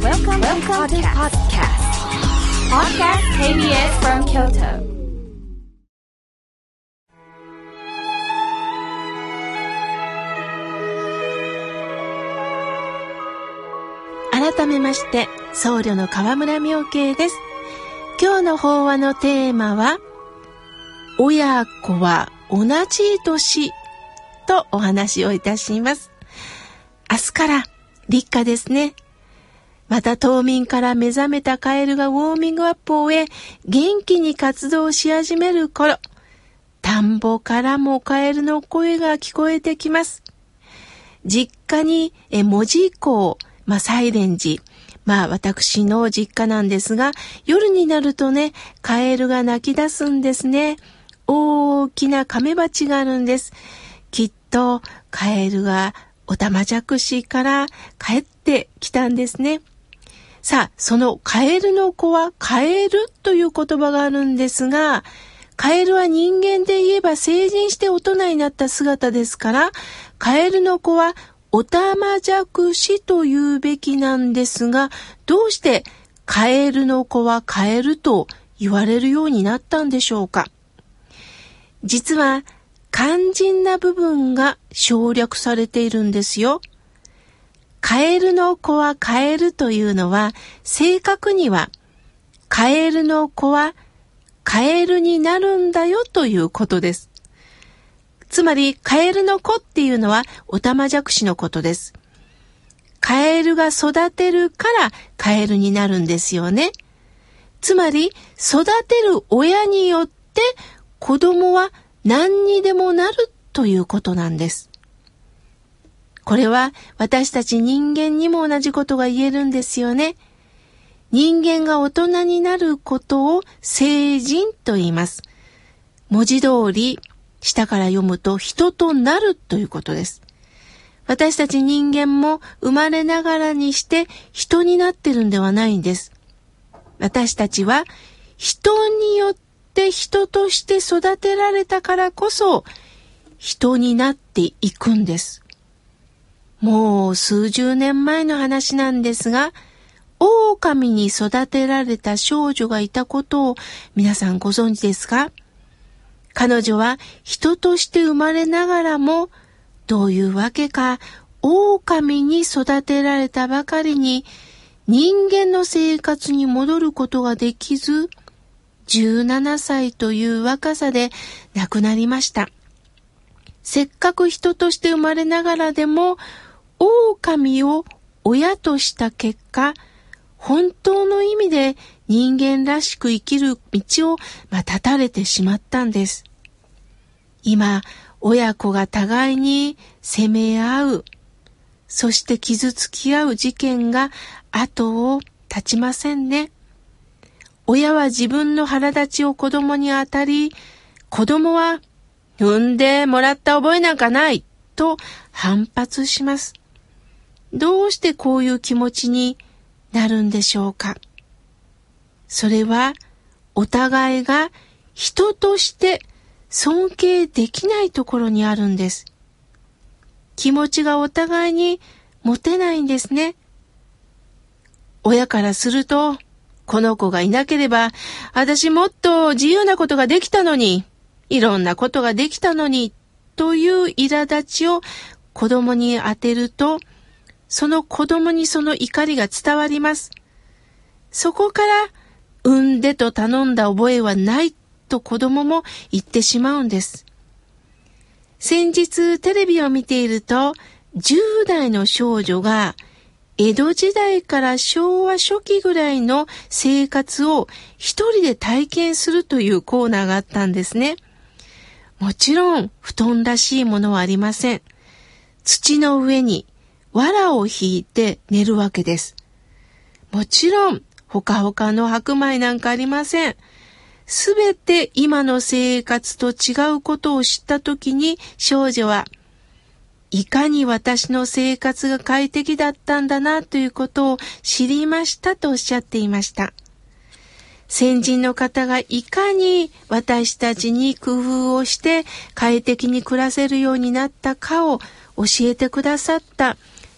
Welcome to podcast. Podcast KBS from Kyoto. 改めまして、僧侶の河村妙慶です。今日の法話のテーマは、親子は同じ年とお話をいたします。明日から立夏ですね。また冬眠から目覚めたカエルがウォーミングアップを終え、元気に活動し始める頃、田んぼからもカエルの声が聞こえてきます。実家に門司港、西蓮寺、私の実家なんですが、夜になるとね、カエルが鳴き出すんですね。大きなカメバチがあるんです。きっとカエルがおたまじゃくしから帰ってきたんですね。さあ、そのカエルの子はカエルという言葉があるんですが、カエルは人間で言えば成人して大人になった姿ですから、カエルの子はおたまじゃくしと言うべきなんですが、どうしてカエルの子はカエルと言われるようになったんでしょうか。実は肝心な部分が省略されているんですよ。カエルの子はカエルというのは、正確にはカエルの子はカエルになるんだよということです。つまりカエルの子っていうのはオタマジャクシのことです。カエルが育てるからカエルになるんですよね。つまり育てる親によって子供は何にでもなるということなんです。これは私たち人間にも同じことが言えるんですよね。人間が大人になることを成人と言います。文字通り下から読むと人となるということです。私たち人間も生まれながらにして人になってるんではないんです。私たちは人によって人として育てられたからこそ人になっていくんです。もう数十年前の話なんですが、狼に育てられた少女がいたことを皆さんご存知ですか？彼女は人として生まれながらも、どういうわけか狼に育てられたばかりに人間の生活に戻ることができず、17歳という若さで亡くなりました。せっかく人として生まれながらでも、狼を親とした結果、本当の意味で人間らしく生きる道を断たれてしまったんです。今、親子が互いに責め合う、そして傷つき合う事件が後を絶ちませんね。親は自分の腹立ちを子供に当たり、子供は産んでもらった覚えなんかないと反発します。どうしてこういう気持ちになるんでしょうか。それはお互いが人として尊敬できないところにあるんです。気持ちがお互いに持てないんですね。親からすると、この子がいなければ私もっと自由なことができたのに、いろんなことができたのにという苛立ちを子供に当てると、その子供にその怒りが伝わります。そこから産んでと頼んだ覚えはないと子供も言ってしまうんです。先日テレビを見ていると、10代の少女が江戸時代から昭和初期ぐらいの生活を一人で体験するというコーナーがあったんですね。もちろん布団らしいものはありません。土の上に藁をひいて寝るわけです。もちろんほかほかの白米なんかありません。すべて今の生活と違うことを知ったときに、少女はいかに私の生活が快適だったんだなということを知りましたとおっしゃっていました。先人の方がいかに私たちに工夫をして快適に暮らせるようになったかを教えてくださった、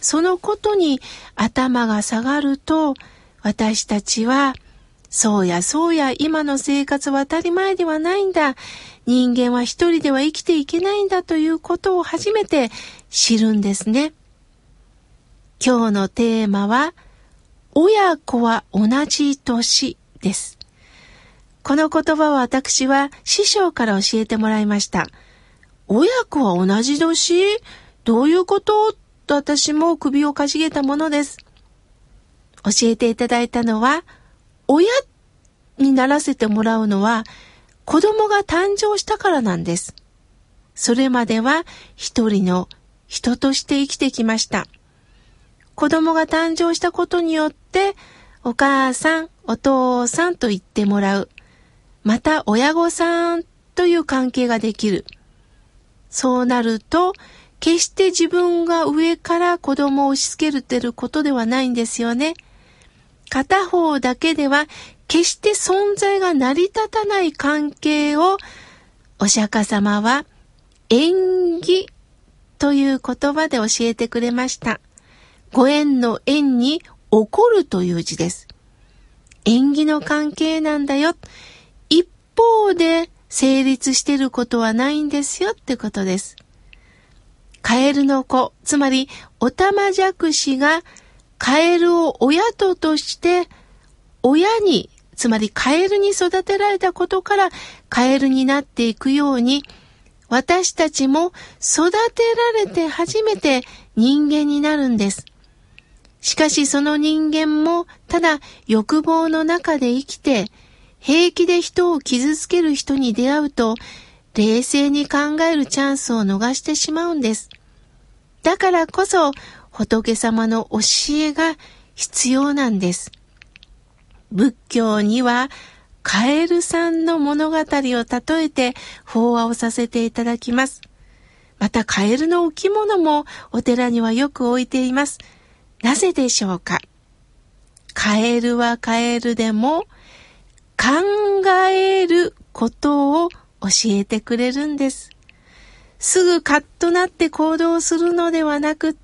そのことに頭が下がると、私たちは、そうや今の生活は当たり前ではないんだ。人間は一人では生きていけないんだということを初めて知るんですね。今日のテーマは、親子は同じ年です。この言葉を私は師匠から教えてもらいました。親子は同じ年？どういうこと？と私も首をかしげたものです。教えていただいたのは、親にならせてもらうのは子供が誕生したからなんです。それまでは一人の人として生きてきました。子供が誕生したことによってお母さん、お父さんと言ってもらう。また親御さんという関係ができる。そうなると決して自分が上から子供を押し付けてることではないんですよね。片方だけでは決して存在が成り立たない関係をお釈迦様は縁起という言葉で教えてくれました。ご縁の縁に起こるという字です。縁起の関係なんだよ。一方で成立していることはないんですよってことです。カエルの子、つまりオタマジャクシがカエルを親として親に、つまりカエルに育てられたことからカエルになっていくように、私たちも育てられて初めて人間になるんです。しかしその人間もただ欲望の中で生きて、平気で人を傷つける人に出会うと、冷静に考えるチャンスを逃してしまうんです。だからこそ仏様の教えが必要なんです。仏教にはカエルさんの物語を例えて法話をさせていただきます。またカエルの置物もお寺にはよく置いています。なぜでしょうか？カエルはカエルでも考えることを教えてくれるんです。すぐカッとなって行動するのではなくって、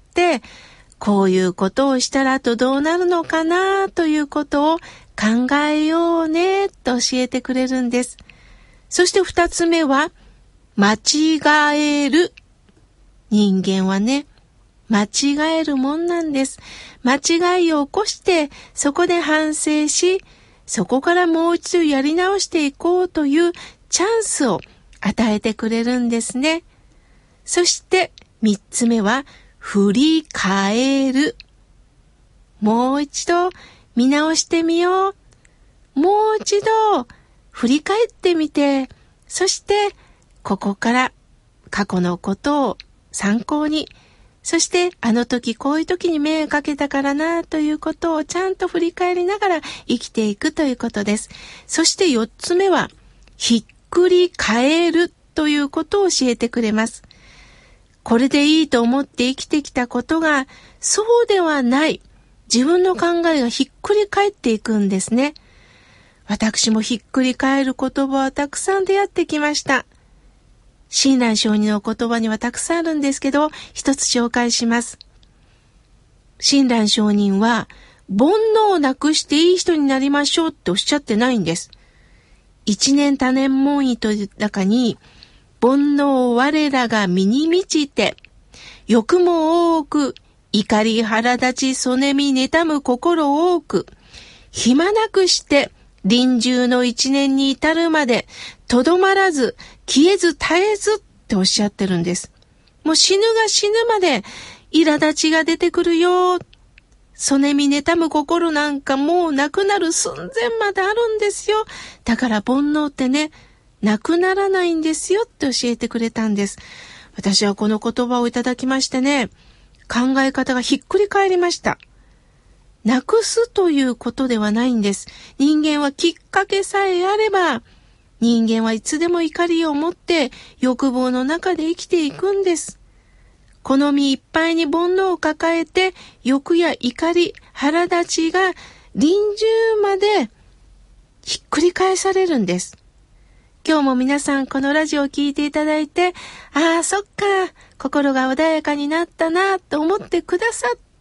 こういうことをしたらあとどうなるのかなということを考えようねと教えてくれるんです。そして二つ目は、間違える。人間はね、間違えるもんなんです。間違いを起こして、そこで反省し、そこからもう一度やり直していこうというチャンスを与えてくれるんですね。そして三つ目は、振り返る。もう一度見直してみよう。もう一度振り返ってみて、そしてここから過去のことを参考に、そしてあの時こういう時に迷惑かけたからなということをちゃんと振り返りながら生きていくということです。そして4つ目は、ひっくり返るということを教えてくれます。これでいいと思って生きてきたことがそうではない、自分の考えがひっくり返っていくんですね。私もひっくり返る言葉はたくさん出会ってきました。親鸞上人の言葉にはたくさんあるんですけど、一つ紹介します。親鸞上人は、煩悩をなくしていい人になりましょうっておっしゃってないんです。一年多年門意という中に、煩悩我らが身に満ちて、欲も多く、怒り腹立ち、そねみ妬む心多く、暇なくして、臨終の一年に至るまで、とどまらず、消えず絶えずっておっしゃってるんです。もう死ぬが死ぬまで、苛立ちが出てくるよ。そねみ妬む心なんかもうなくなる寸前まであるんですよ。だから煩悩ってね、なくならないんですよって教えてくれたんです。私はこの言葉をいただきましてね、考え方がひっくり返りました。なくすということではないんです。人間はきっかけさえあれば、人間はいつでも怒りを持って欲望の中で生きていくんです。好みいっぱいに煩悩を抱えて、欲や怒り、腹立ちが臨終までひっくり返されるんです。今日も皆さんこのラジオを聞いていただいて、ああそっか、心が穏やかになったなと思ってくださっ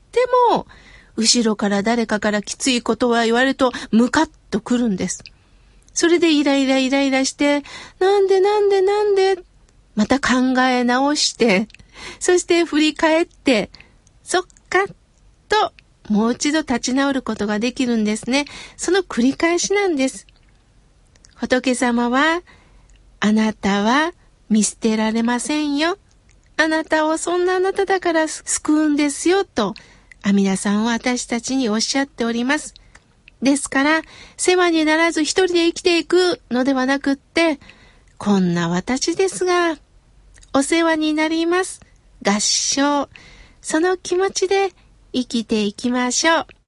ても、後ろから誰かからきついことは言われると、ムカッとくるんです。それでイライラして、なんで、また考え直して、そして振り返って、そっか、と、もう一度立ち直ることができるんですね。その繰り返しなんです。仏様は、あなたは見捨てられませんよ。あなたをそんなあなただから救うんですよ、と、阿弥陀さんは私たちにおっしゃっております。ですから、世話にならず一人で生きていくのではなくって、こんな私ですが、お世話になります。合掌。その気持ちで生きていきましょう。